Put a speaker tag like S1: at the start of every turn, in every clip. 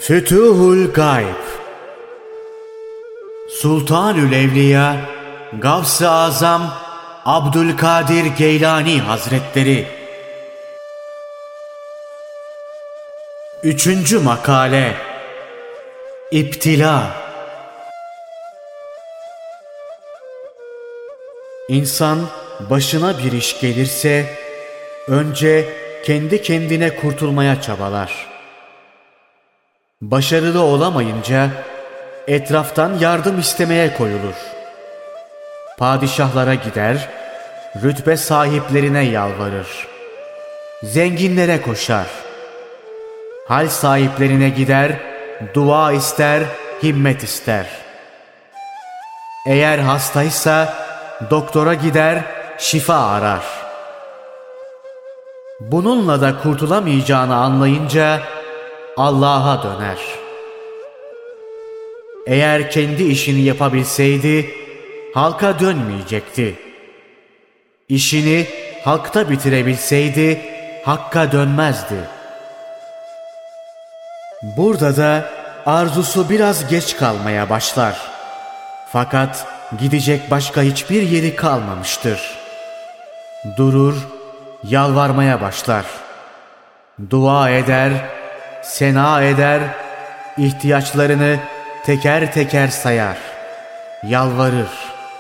S1: Fütuhul Gayb. Sultanül Evliya Gavs-ı Azam Abdülkadir Geylani Hazretleri. 3. makale. İptila. İnsan başına bir iş gelirse önce kendi kendine kurtulmaya çabalar. Başarılı olamayınca etraftan yardım istemeye koyulur. Padişahlara gider, rütbe sahiplerine yalvarır. Zenginlere koşar. Hal sahiplerine gider, dua ister, himmet ister. Eğer hastaysa doktora gider, şifa arar. Bununla da kurtulamayacağını anlayınca Allah'a döner. Eğer kendi işini yapabilseydi halka dönmeyecekti. İşini halkta bitirebilseydi hakka dönmezdi. Burada da arzusu biraz geç kalmaya başlar. Fakat gidecek başka hiçbir yeri kalmamıştır. Durur, yalvarmaya başlar. Dua eder, sena eder, ihtiyaçlarını teker teker sayar. Yalvarır.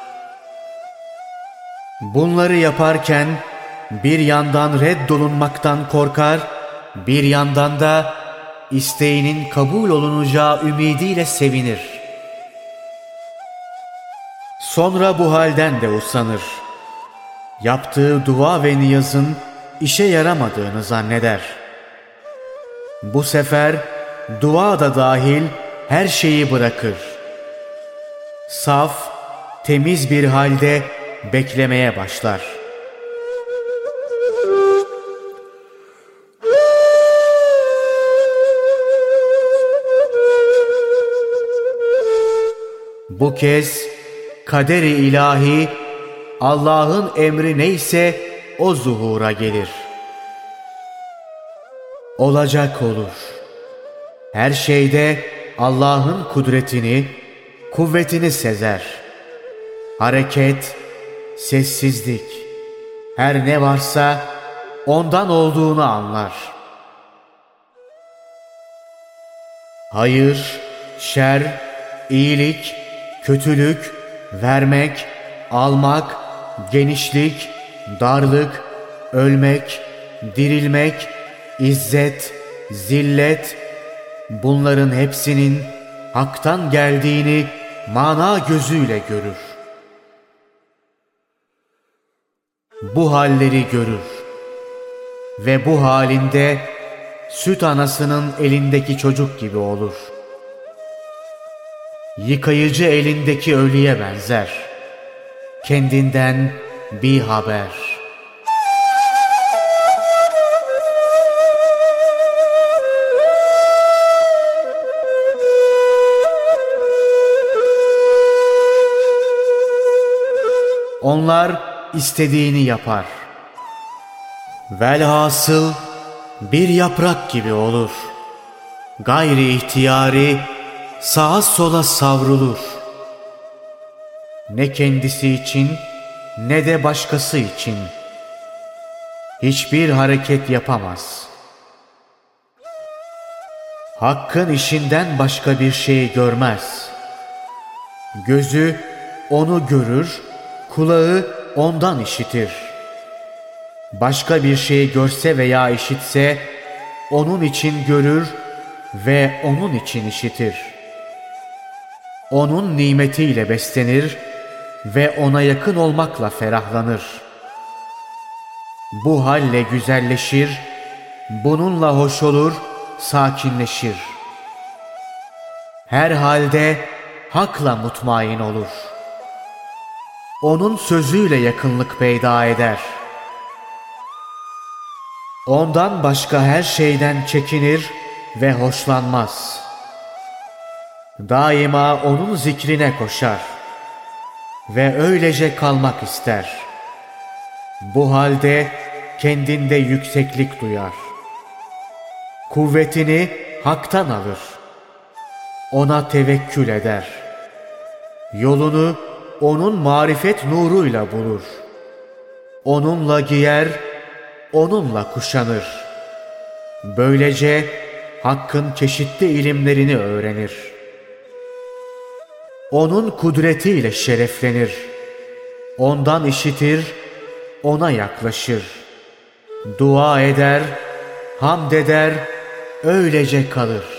S1: Bunları yaparken bir yandan reddolunmaktan korkar, bir yandan da isteğinin kabul olunacağı ümidiyle sevinir. Sonra bu halden de usanır. Yaptığı dua ve niyazın işe yaramadığını zanneder. Bu sefer dua da dahil her şeyi bırakır. Saf, temiz bir halde beklemeye başlar. Bu kez kader-i ilahi, Allah'ın emri neyse o zuhura gelir. Olacak olur. Her şeyde Allah'ın kudretini, kuvvetini sezer. Hareket, sessizlik, her ne varsa ondan olduğunu anlar. Hayır, şer, iyilik, kötülük, vermek, almak, genişlik, darlık, ölmek, dirilmek, izzet, zillet, bunların hepsinin haktan geldiğini mana gözüyle görür. Bu halleri görür ve bu halinde süt anasının elindeki çocuk gibi olur. Yıkayıcı elindeki ölüye benzer. Kendinden bir haber. Onlar istediğini yapar. Velhasıl bir yaprak gibi olur. Gayri ihtiyari sağa sola savrulur. Ne kendisi için ne de başkası için hiçbir hareket yapamaz. Hakkın işinden başka bir şey görmez. Gözü onu görür, kulağı ondan işitir. Başka bir şey görse veya işitse onun için görür ve onun için işitir. Onun nimetiyle beslenir ve ona yakın olmakla ferahlanır. Bu halle güzelleşir, bununla hoş olur, sakinleşir. Her halde hakla mutmain olur. Onun sözüyle yakınlık peyda eder. Ondan başka her şeyden çekinir ve hoşlanmaz. Daima onun zikrine koşar ve öylece kalmak ister. Bu halde kendinde yükseklik duyar. Kuvvetini haktan alır. ona tevekkül eder. Yolunu onun marifet nuruyla bulur. Onunla giyer, onunla kuşanır. Böylece Hakk'ın çeşitli ilimlerini öğrenir. Onun kudretiyle şereflenir. Ondan işitir, ona yaklaşır. Dua eder, hamd eder, öylece kalır.